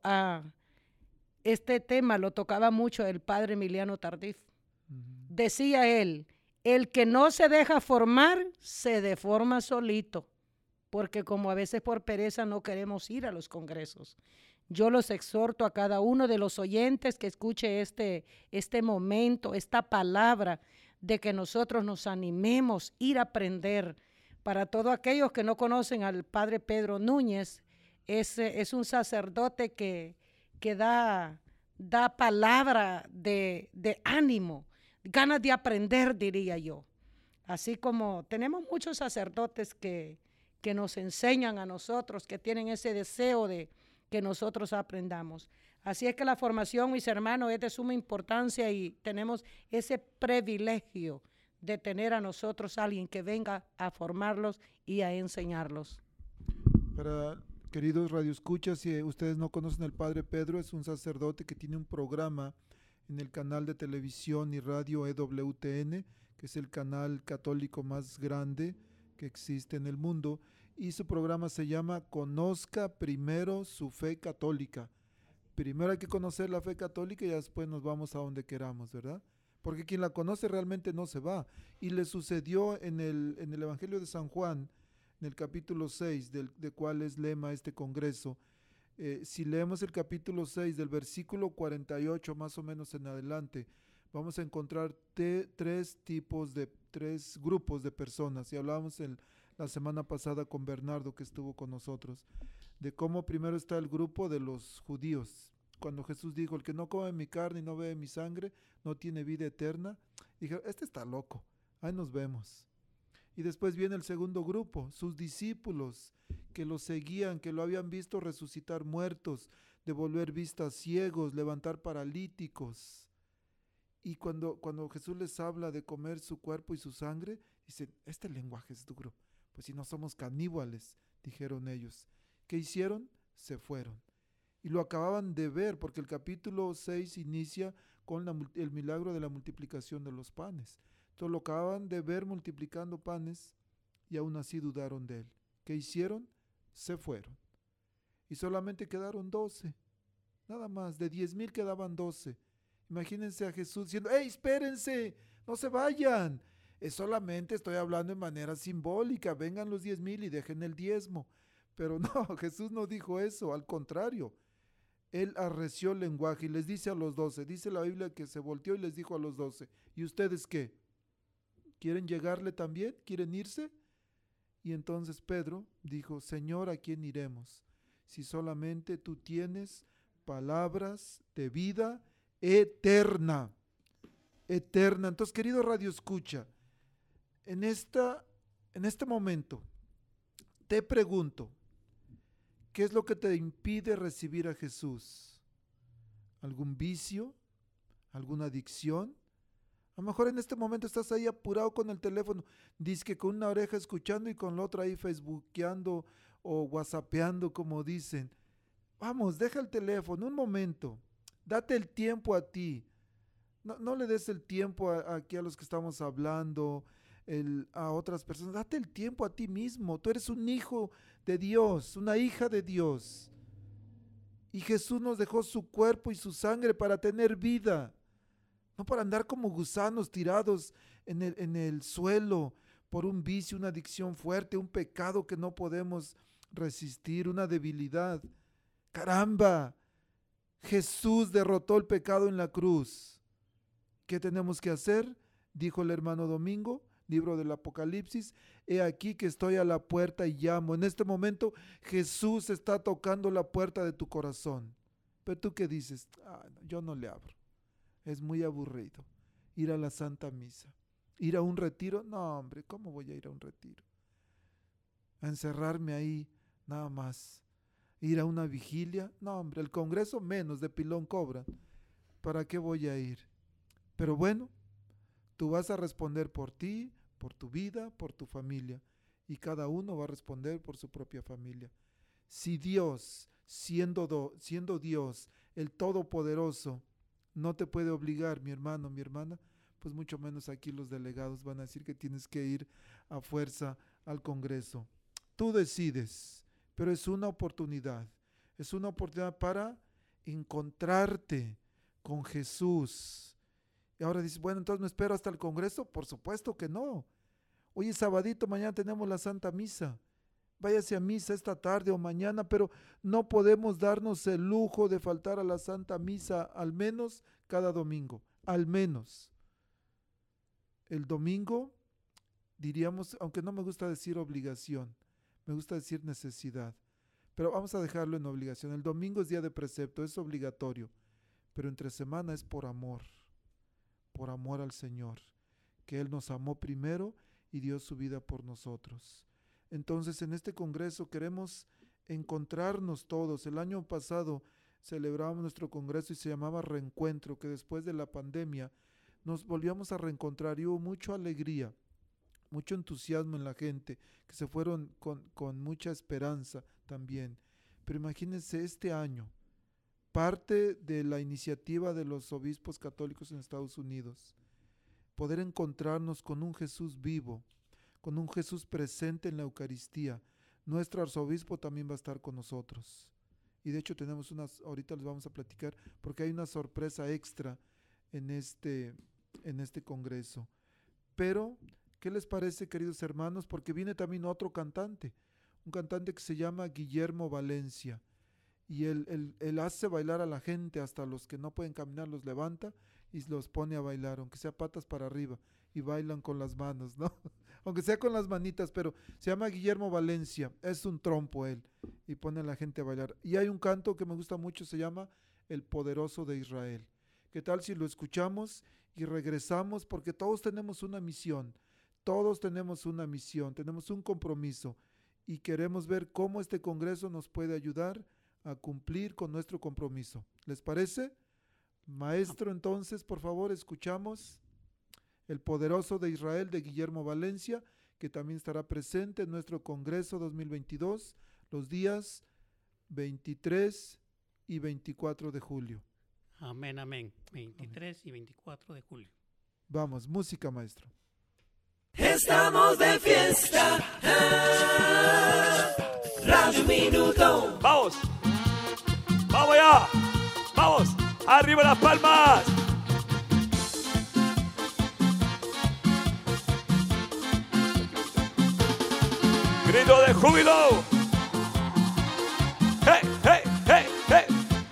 este tema lo tocaba mucho el padre Emiliano Tardif. Decía él, el que no se deja formar se deforma solito, porque como a veces por pereza no queremos ir a los congresos. Yo los exhorto a cada uno de los oyentes que escuche este momento, esta palabra, de que nosotros nos animemos a ir a aprender. Para todos aquellos que no conocen al padre Pedro Núñez, es un sacerdote que da palabra de ánimo, ganas de aprender, diría yo. Así como tenemos muchos sacerdotes que nos enseñan a nosotros, que tienen ese deseo de que nosotros aprendamos. Así es que la formación, mis hermanos, es de suma importancia y tenemos ese privilegio de tener a nosotros alguien que venga a formarlos y a enseñarlos. Para queridos radioescuchas, si ustedes no conocen al Padre Pedro, es un sacerdote que tiene un programa en el canal de televisión y radio EWTN, que es el canal católico más grande que existe en el mundo, y su programa se llama Conozca primero su fe católica. Primero hay que conocer la fe católica y después nos vamos a donde queramos, ¿verdad? Porque quien la conoce realmente no se va. Y le sucedió en el Evangelio de San Juan, en el capítulo 6, de cuál es lema este congreso. Si leemos el capítulo 6 del versículo 48 más o menos en adelante, vamos a encontrar tres grupos de personas. Y hablábamos la semana pasada con Bernardo, que estuvo con nosotros, de cómo primero está el grupo de los judíos. Cuando Jesús dijo, el que no come mi carne y no bebe mi sangre, no tiene vida eterna, dijeron, este está loco, ahí nos vemos. Y después viene el segundo grupo, sus discípulos, que lo seguían, que lo habían visto resucitar muertos, devolver vistas ciegos, levantar paralíticos. Y cuando Jesús les habla de comer su cuerpo y su sangre, dicen, este lenguaje es duro. Pues si no somos caníbales, dijeron ellos. ¿Qué hicieron? Se fueron. Y lo acababan de ver, porque el capítulo 6 inicia con el milagro de la multiplicación de los panes. Entonces lo acababan de ver multiplicando panes y aún así dudaron de él. ¿Qué hicieron? Se fueron. Y solamente quedaron 12. Nada más, de 10,000 quedaban 12. Imagínense a Jesús diciendo, ¡hey, espérense! ¡No se vayan! Solamente estoy hablando en manera simbólica. Vengan los 10,000 y dejen el diezmo. Pero no, Jesús no dijo eso, al contrario. Él arreció el lenguaje y les dice a los 12, dice la Biblia que se volteó y les dijo a los 12, ¿y ustedes qué? ¿Quieren llegarle también? ¿Quieren irse? Y entonces Pedro dijo, Señor, ¿a quién iremos? Si solamente tú tienes palabras de vida eterna. Eterna. Entonces, querido Radio Escucha, en este momento te pregunto, ¿qué es lo que te impide recibir a Jesús? ¿Algún vicio? ¿Alguna adicción? A lo mejor en este momento estás ahí apurado con el teléfono, dizque con una oreja escuchando y con la otra ahí facebookeando o whatsappeando, como dicen. Vamos, deja el teléfono un momento, date el tiempo a ti. No le des el tiempo aquí a los que estamos hablando, a otras personas. Date el tiempo a ti mismo. Tú eres un hijo de Dios, una hija de Dios. Y Jesús nos dejó su cuerpo y su sangre para tener vida. No para andar como gusanos tirados en el suelo por un vicio, una adicción fuerte, un pecado que no podemos resistir, una debilidad. ¡Caramba! Jesús derrotó el pecado en la cruz. ¿Qué tenemos que hacer? Dijo el hermano Domingo, libro del Apocalipsis, he aquí que estoy a la puerta y llamo. En este momento Jesús está tocando la puerta de tu corazón. Pero tú qué dices, yo no le abro. Es muy aburrido ir a la Santa Misa. Ir a un retiro, no hombre, ¿cómo voy a ir a un retiro? A encerrarme ahí nada más. Ir a una vigilia, no hombre, el congreso menos, de pilón cobran. ¿Para qué voy a ir? Pero bueno, tú vas a responder por ti, por tu vida, por tu familia, y cada uno va a responder por su propia familia. Si Dios, siendo Dios, el Todopoderoso, no te puede obligar, mi hermano, mi hermana, pues mucho menos aquí los delegados van a decir que tienes que ir a fuerza al Congreso. Tú decides, pero es una oportunidad para encontrarte con Jesús. Y ahora dices, bueno, entonces me espero hasta el Congreso. Por supuesto que no. Hoy es sabadito, mañana tenemos la Santa Misa. Váyase a misa esta tarde o mañana, pero no podemos darnos el lujo de faltar a la Santa Misa al menos cada domingo, al menos. El domingo, diríamos, aunque no me gusta decir obligación, me gusta decir necesidad, pero vamos a dejarlo en obligación. El domingo es día de precepto, es obligatorio, pero entre semana es por amor al Señor, que Él nos amó primero y dio su vida por nosotros. Entonces, en este congreso queremos encontrarnos todos. El año pasado celebrábamos nuestro congreso y se llamaba Reencuentro, que después de la pandemia nos volvíamos a reencontrar y hubo mucha alegría, mucho entusiasmo en la gente, que se fueron con mucha esperanza también. Pero imagínense este año, parte de la iniciativa de los obispos católicos en Estados Unidos, poder encontrarnos con un Jesús vivo, con un Jesús presente en la Eucaristía. Nuestro arzobispo también va a estar con nosotros. Y de hecho ahorita les vamos a platicar, porque hay una sorpresa extra en este congreso. Pero, ¿qué les parece, queridos hermanos? Porque viene también otro cantante, un cantante que se llama Guillermo Valencia. Y él hace bailar a la gente, hasta los que no pueden caminar los levanta y los pone a bailar, aunque sea patas para arriba, y bailan con las manos, ¿no? Aunque sea con las manitas, pero se llama Guillermo Valencia, es un trompo él, y pone a la gente a bailar. Y hay un canto que me gusta mucho, se llama El Poderoso de Israel. ¿Qué tal si lo escuchamos y regresamos? Porque todos tenemos una misión, tenemos un compromiso, y queremos ver cómo este congreso nos puede ayudar a cumplir con nuestro compromiso. ¿Les parece? Maestro, entonces, por favor, escuchamos El Poderoso de Israel de Guillermo Valencia, que también estará presente en nuestro Congreso 2022, los días 23 y 24 de julio. Amén, amén. 23 y 24 de julio. Vamos, música, maestro. Estamos de fiesta. Radio Minuto. Vamos. Vamos allá. Vamos. Arriba las palmas. Grito de júbilo. Hey, hey, hey, hey.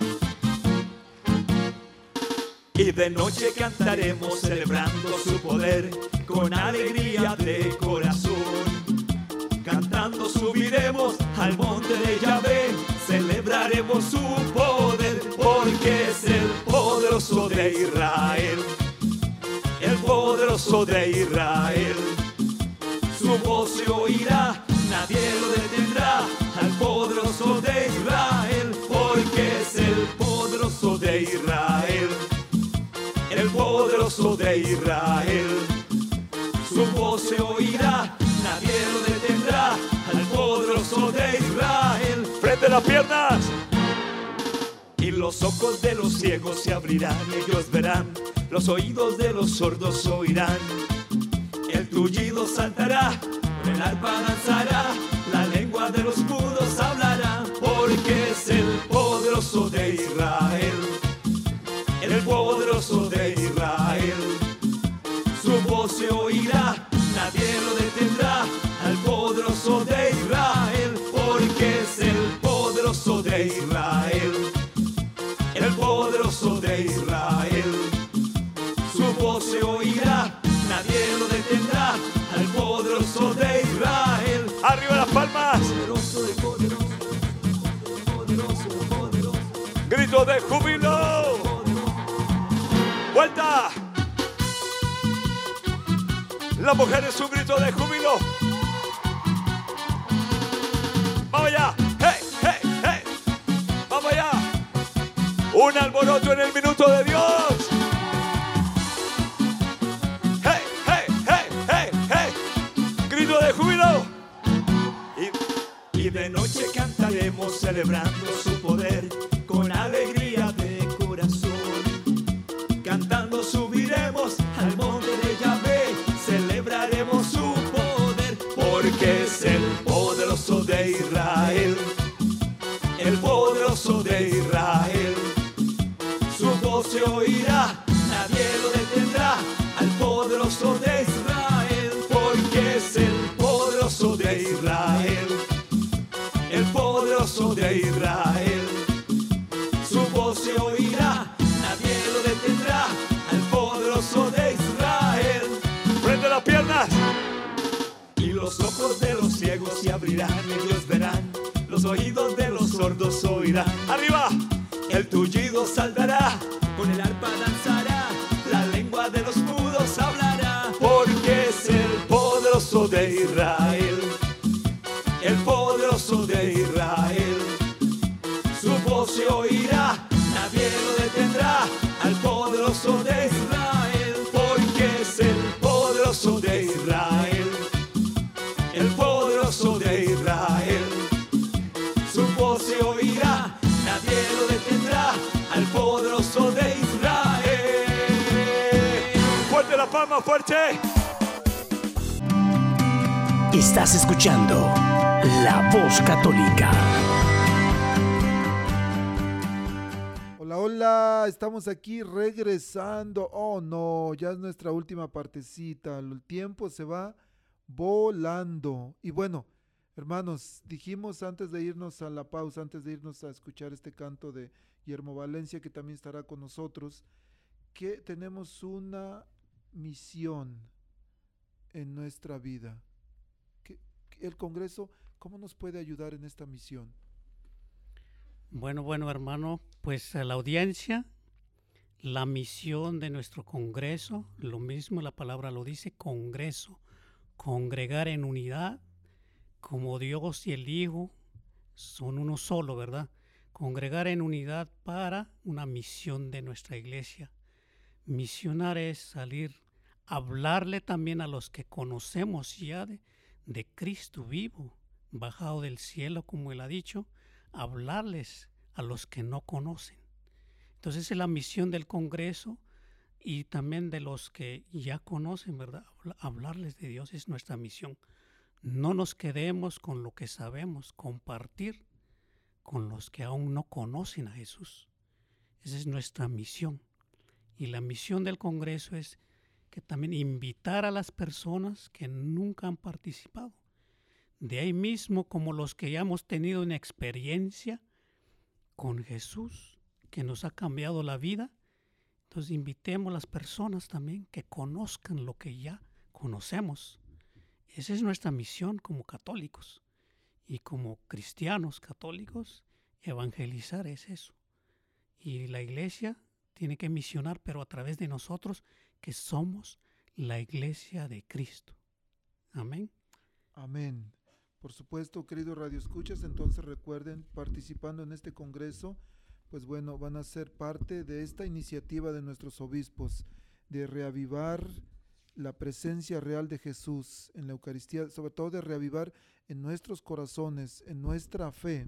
Y de noche cantaremos celebrando su poder con alegría de corazón. Cantando subiremos al monte de Yahvé, celebraremos su poder, porque es el poderoso de Israel, el poderoso de Israel. Su voz se oirá, nadie lo detendrá, al poderoso de Israel, porque es el poderoso de Israel, el poderoso de Israel. Su voz se oirá, nadie lo detendrá, al poderoso de Israel. Frente a las piernas. Y los ojos de los ciegos se abrirán y ellos verán, los oídos de los sordos oirán. El trullido saltará, el arpa danzará, la lengua de los mudos hablará, porque es el poderoso de Israel, el poderoso de Israel. Su voz se oirá, nadie lo detendrá, al poderoso de Israel, porque es el poderoso de Israel, el poderoso de Israel. Su voz se oirá, nadie lo detendrá, al poderoso de Israel. Arriba las palmas. Poderoso, poderoso, poderoso. Grito de júbilo. Vuelta. Las mujeres, un grito de júbilo. Vamos allá. Hey, hey, hey. Vamos allá. Un alboroto en el minuto de Dios. cantaremos celebrando su poder con alegría de corazón. Cantando subiremos al monte de Yahvé, celebraremos su poder, porque es el poderoso de Israel, el poderoso de Israel. Su voz se oirá, nadie lo detendrá, al poderoso de Israel, porque es el poderoso de Israel, el poderoso de Israel. Su voz se oirá, nadie lo detendrá, al poderoso de Israel. Prende las piernas. Y los ojos de los ciegos se abrirán, ellos verán, los oídos de los sordos oirán. Arriba. El tullido saltará, con el arpa danzará, la lengua de los mudos hablará, porque es el poderoso de Israel, el poderoso de Israel. Su voz se oirá, nadie lo detendrá, al poderoso de Israel, porque es el poderoso de Israel, el poderoso de Israel. Su voz se oirá, nadie lo detendrá, al poderoso de Israel. Fuerte la palma, fuerte. Estás escuchando La Voz Católica. Hola, hola, estamos aquí regresando. Oh no, ya es nuestra última partecita. El tiempo se va volando. Y bueno, hermanos, dijimos antes de irnos a la pausa, antes de irnos a escuchar este canto de Guillermo Valencia, que también estará con nosotros, que tenemos una misión en nuestra vida. El Congreso, ¿cómo nos puede ayudar en esta misión? Bueno, hermano, pues a la audiencia, la misión de nuestro Congreso, lo mismo la palabra lo dice, Congreso, congregar en unidad, como Dios y el Hijo son uno solo, ¿verdad? Congregar en unidad para una misión de nuestra iglesia. Misionar es salir, hablarle también a los que conocemos ya de Cristo vivo, bajado del cielo, como Él ha dicho, hablarles a los que no conocen. Entonces es la misión del Congreso y también de los que ya conocen, ¿verdad? Hablarles de Dios es nuestra misión. No nos quedemos con lo que sabemos, compartir con los que aún no conocen a Jesús. Esa es nuestra misión. Y la misión del Congreso es que también invitar a las personas que nunca han participado. De ahí mismo, como los que ya hemos tenido una experiencia con Jesús, que nos ha cambiado la vida, entonces invitemos a las personas también que conozcan lo que ya conocemos. Esa es nuestra misión como católicos y como cristianos católicos, evangelizar es eso. Y la iglesia tiene que misionar, pero a través de nosotros, que somos la iglesia de Cristo. Amén. Amén. Por supuesto, queridos radioescuchas, entonces recuerden, participando en este congreso, pues bueno, van a ser parte de esta iniciativa de nuestros obispos, de reavivar la presencia real de Jesús en la Eucaristía, sobre todo de reavivar en nuestros corazones, en nuestra fe,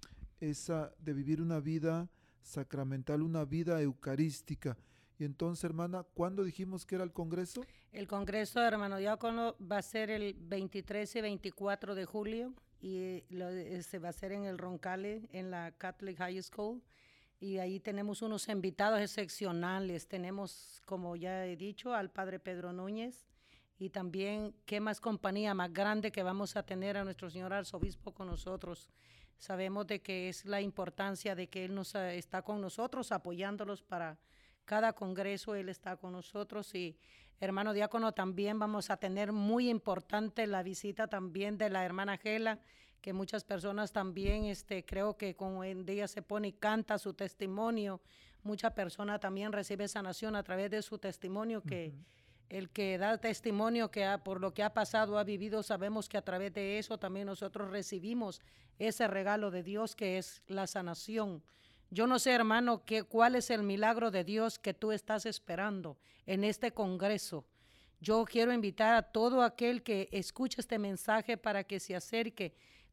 esa de vivir una vida sacramental, una vida eucarística. Y entonces, hermana, ¿cuándo dijimos que era el Congreso? El Congreso, hermano diácono, va a ser el 23 y 24 de julio y se va a hacer en el Roncalli, en la Catholic High School. Y ahí tenemos unos invitados excepcionales. Tenemos, como ya he dicho, al Padre Pedro Núñez y también, ¿qué más compañía más grande que vamos a tener a nuestro señor arzobispo con nosotros? Sabemos de que es la importancia de que él está con nosotros, apoyándolos para cada congreso. Él está con nosotros. Y hermano diácono, también vamos a tener muy importante la visita también de la hermana Gela, que muchas personas también, creo que con ella se pone y canta su testimonio. Mucha persona también recibe sanación a través de su testimonio, que el que da testimonio que por lo que ha pasado, ha vivido, sabemos que a través de eso también nosotros recibimos ese regalo de Dios que es la sanación. Yo no sé, hermano, cuál es el milagro de Dios que tú estás esperando en este congreso. Yo quiero invitar a todo aquel que escuche este mensaje para que se acerque.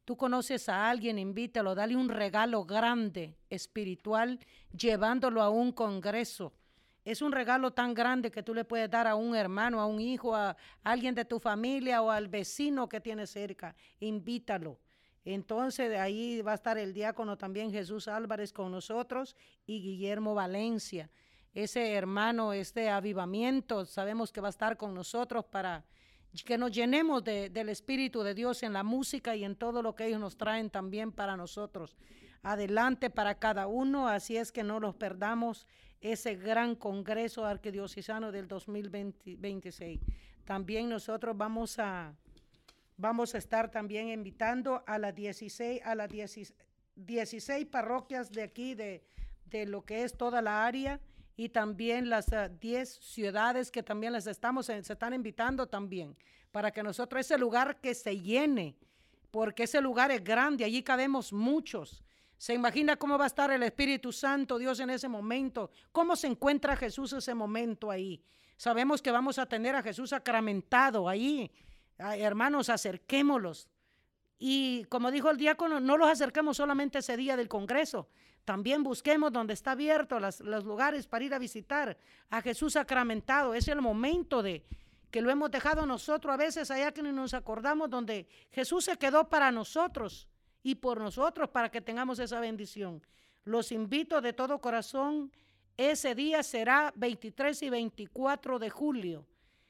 Tú conoces a alguien, invítalo, dale un regalo grande, espiritual, llevándolo a un congreso. Es un regalo tan grande que tú le puedes dar a un hermano, a un hijo, a alguien de tu familia o al vecino que tienes cerca. Invítalo. Entonces de ahí va a estar el diácono también Jesús Álvarez con nosotros y Guillermo Valencia. Ese hermano, este avivamiento, sabemos que va a estar con nosotros para que nos llenemos del Espíritu de Dios en la música y en todo lo que ellos nos traen también para nosotros. Adelante para cada uno, así es que no los perdamos ese gran congreso arquidiocesano del 2026. También nosotros vamos a estar también invitando a las 16 parroquias de aquí, de lo que es toda la área, y también las 10 ciudades que también se están invitando también, para que nosotros ese lugar que se llene, porque ese lugar es grande, allí cabemos muchos. ¿Se imagina cómo va a estar el Espíritu Santo, Dios, en ese momento? ¿Cómo se encuentra Jesús ese momento ahí? Sabemos que vamos a tener a Jesús sacramentado ahí. Ay, hermanos, acerquémoslos. Y como dijo el diácono, no los acerquemos solamente ese día del congreso, también busquemos donde está abierto los lugares para ir a visitar a Jesús sacramentado. Es el momento de que lo hemos dejado nosotros a veces allá que ni nos acordamos, donde Jesús se quedó para nosotros y por nosotros para que tengamos esa bendición. Los invito de todo corazón, ese día será 23 y 24 de julio.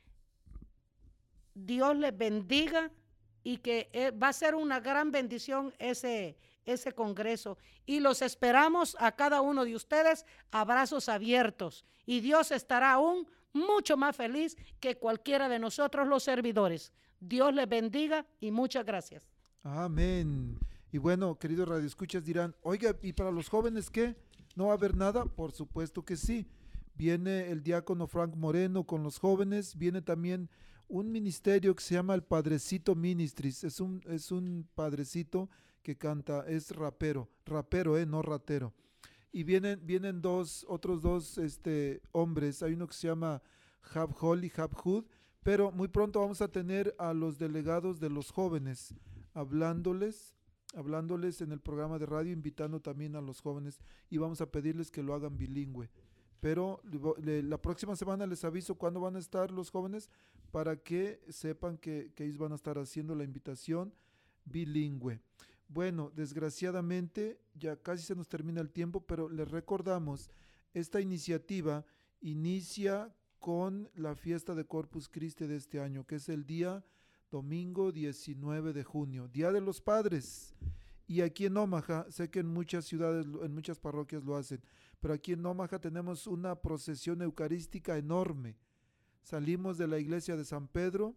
Dios les bendiga y que va a ser una gran bendición ese congreso. Y los esperamos a cada uno de ustedes a brazos abiertos. Y Dios estará aún mucho más feliz que cualquiera de nosotros los servidores. Dios les bendiga y muchas gracias. Amén. Y bueno, queridos radioescuchas dirán, oiga, ¿y para los jóvenes qué? ¿No va a haber nada? Por supuesto que sí. Viene el diácono Frank Moreno con los jóvenes, viene también un ministerio que se llama el Padrecito Ministries. Es un padrecito que canta, es rapero, no ratero. Y vienen otros dos hombres, hay uno que se llama Hab Hol y Hab Hud, pero muy pronto vamos a tener a los delegados de los jóvenes hablándoles en el programa de radio, invitando también a los jóvenes, y vamos a pedirles que lo hagan bilingüe. Pero la próxima semana les aviso cuándo van a estar los jóvenes para que sepan que ellos van a estar haciendo la invitación bilingüe. Bueno, desgraciadamente ya casi se nos termina el tiempo, pero les recordamos, esta iniciativa inicia con la fiesta de Corpus Christi de este año, que es el día domingo 19 de junio, Día de los Padres. Y aquí en Omaha, sé que en muchas ciudades, en muchas parroquias lo hacen, pero aquí en Omaha tenemos una procesión eucarística enorme. Salimos de la iglesia de San Pedro,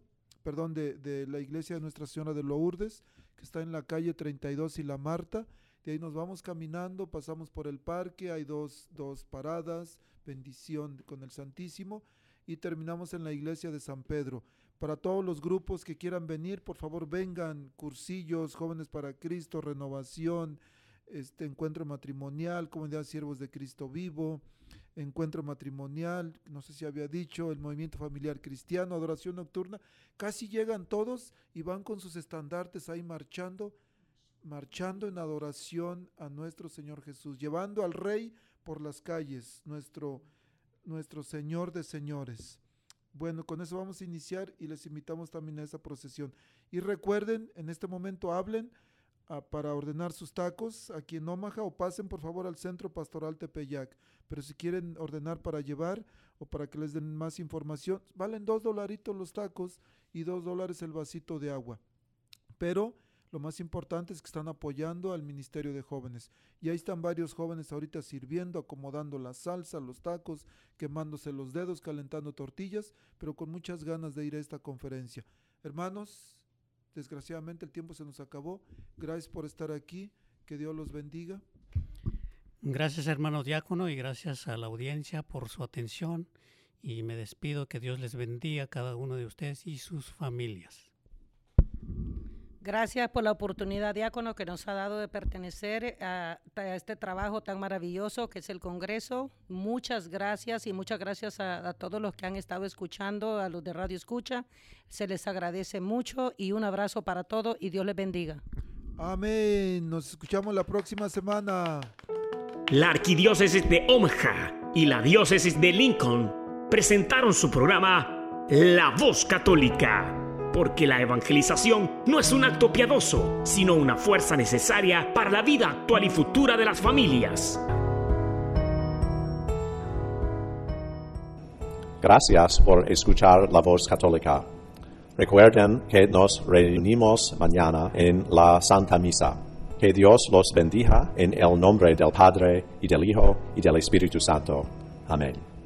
de la iglesia de Nuestra Señora de Lourdes, que está en la calle 32 y La Marta. De ahí nos vamos caminando, pasamos por el parque, hay dos paradas, bendición con el Santísimo, y terminamos en la iglesia de San Pedro. Para todos los grupos que quieran venir, por favor vengan, cursillos, Jóvenes para Cristo, Renovación, encuentro matrimonial, Comunidad Siervos de Cristo Vivo, encuentro matrimonial, no sé si había dicho, el Movimiento Familiar Cristiano, Adoración Nocturna. Casi llegan todos y van con sus estandartes ahí marchando en adoración a nuestro Señor Jesús, llevando al Rey por las calles, nuestro Señor de señores. Bueno, con eso vamos a iniciar y les invitamos también a esa procesión. Y recuerden, en este momento hablen para ordenar sus tacos aquí en Omaha, o pasen por favor al Centro Pastoral Tepeyac. Pero si quieren ordenar para llevar o para que les den más información, valen $2 los tacos y $2 el vasito de agua. Pero lo más importante es que están apoyando al Ministerio de Jóvenes. Y ahí están varios jóvenes ahorita sirviendo, acomodando la salsa, los tacos, quemándose los dedos, calentando tortillas, pero con muchas ganas de ir a esta conferencia. Hermanos, desgraciadamente el tiempo se nos acabó. Gracias por estar aquí. Que Dios los bendiga. Gracias, hermano diácono, y gracias a la audiencia por su atención. Y me despido, que Dios les bendiga a cada uno de ustedes y sus familias. Gracias por la oportunidad, diácono, que nos ha dado de pertenecer a este trabajo tan maravilloso que es el Congreso. Muchas gracias, y muchas gracias a todos los que han estado escuchando, a los de Radio Escucha. Se les agradece mucho y un abrazo para todos y Dios les bendiga. Amén. Nos escuchamos la próxima semana. La Arquidiócesis de Omaha y la Diócesis de Lincoln presentaron su programa La Voz Católica, porque la evangelización no es un acto piadoso, sino una fuerza necesaria para la vida actual y futura de las familias. Gracias por escuchar La Voz Católica. Recuerden que nos reunimos mañana en la Santa Misa. Que Dios los bendiga en el nombre del Padre, y del Hijo, y del Espíritu Santo. Amén.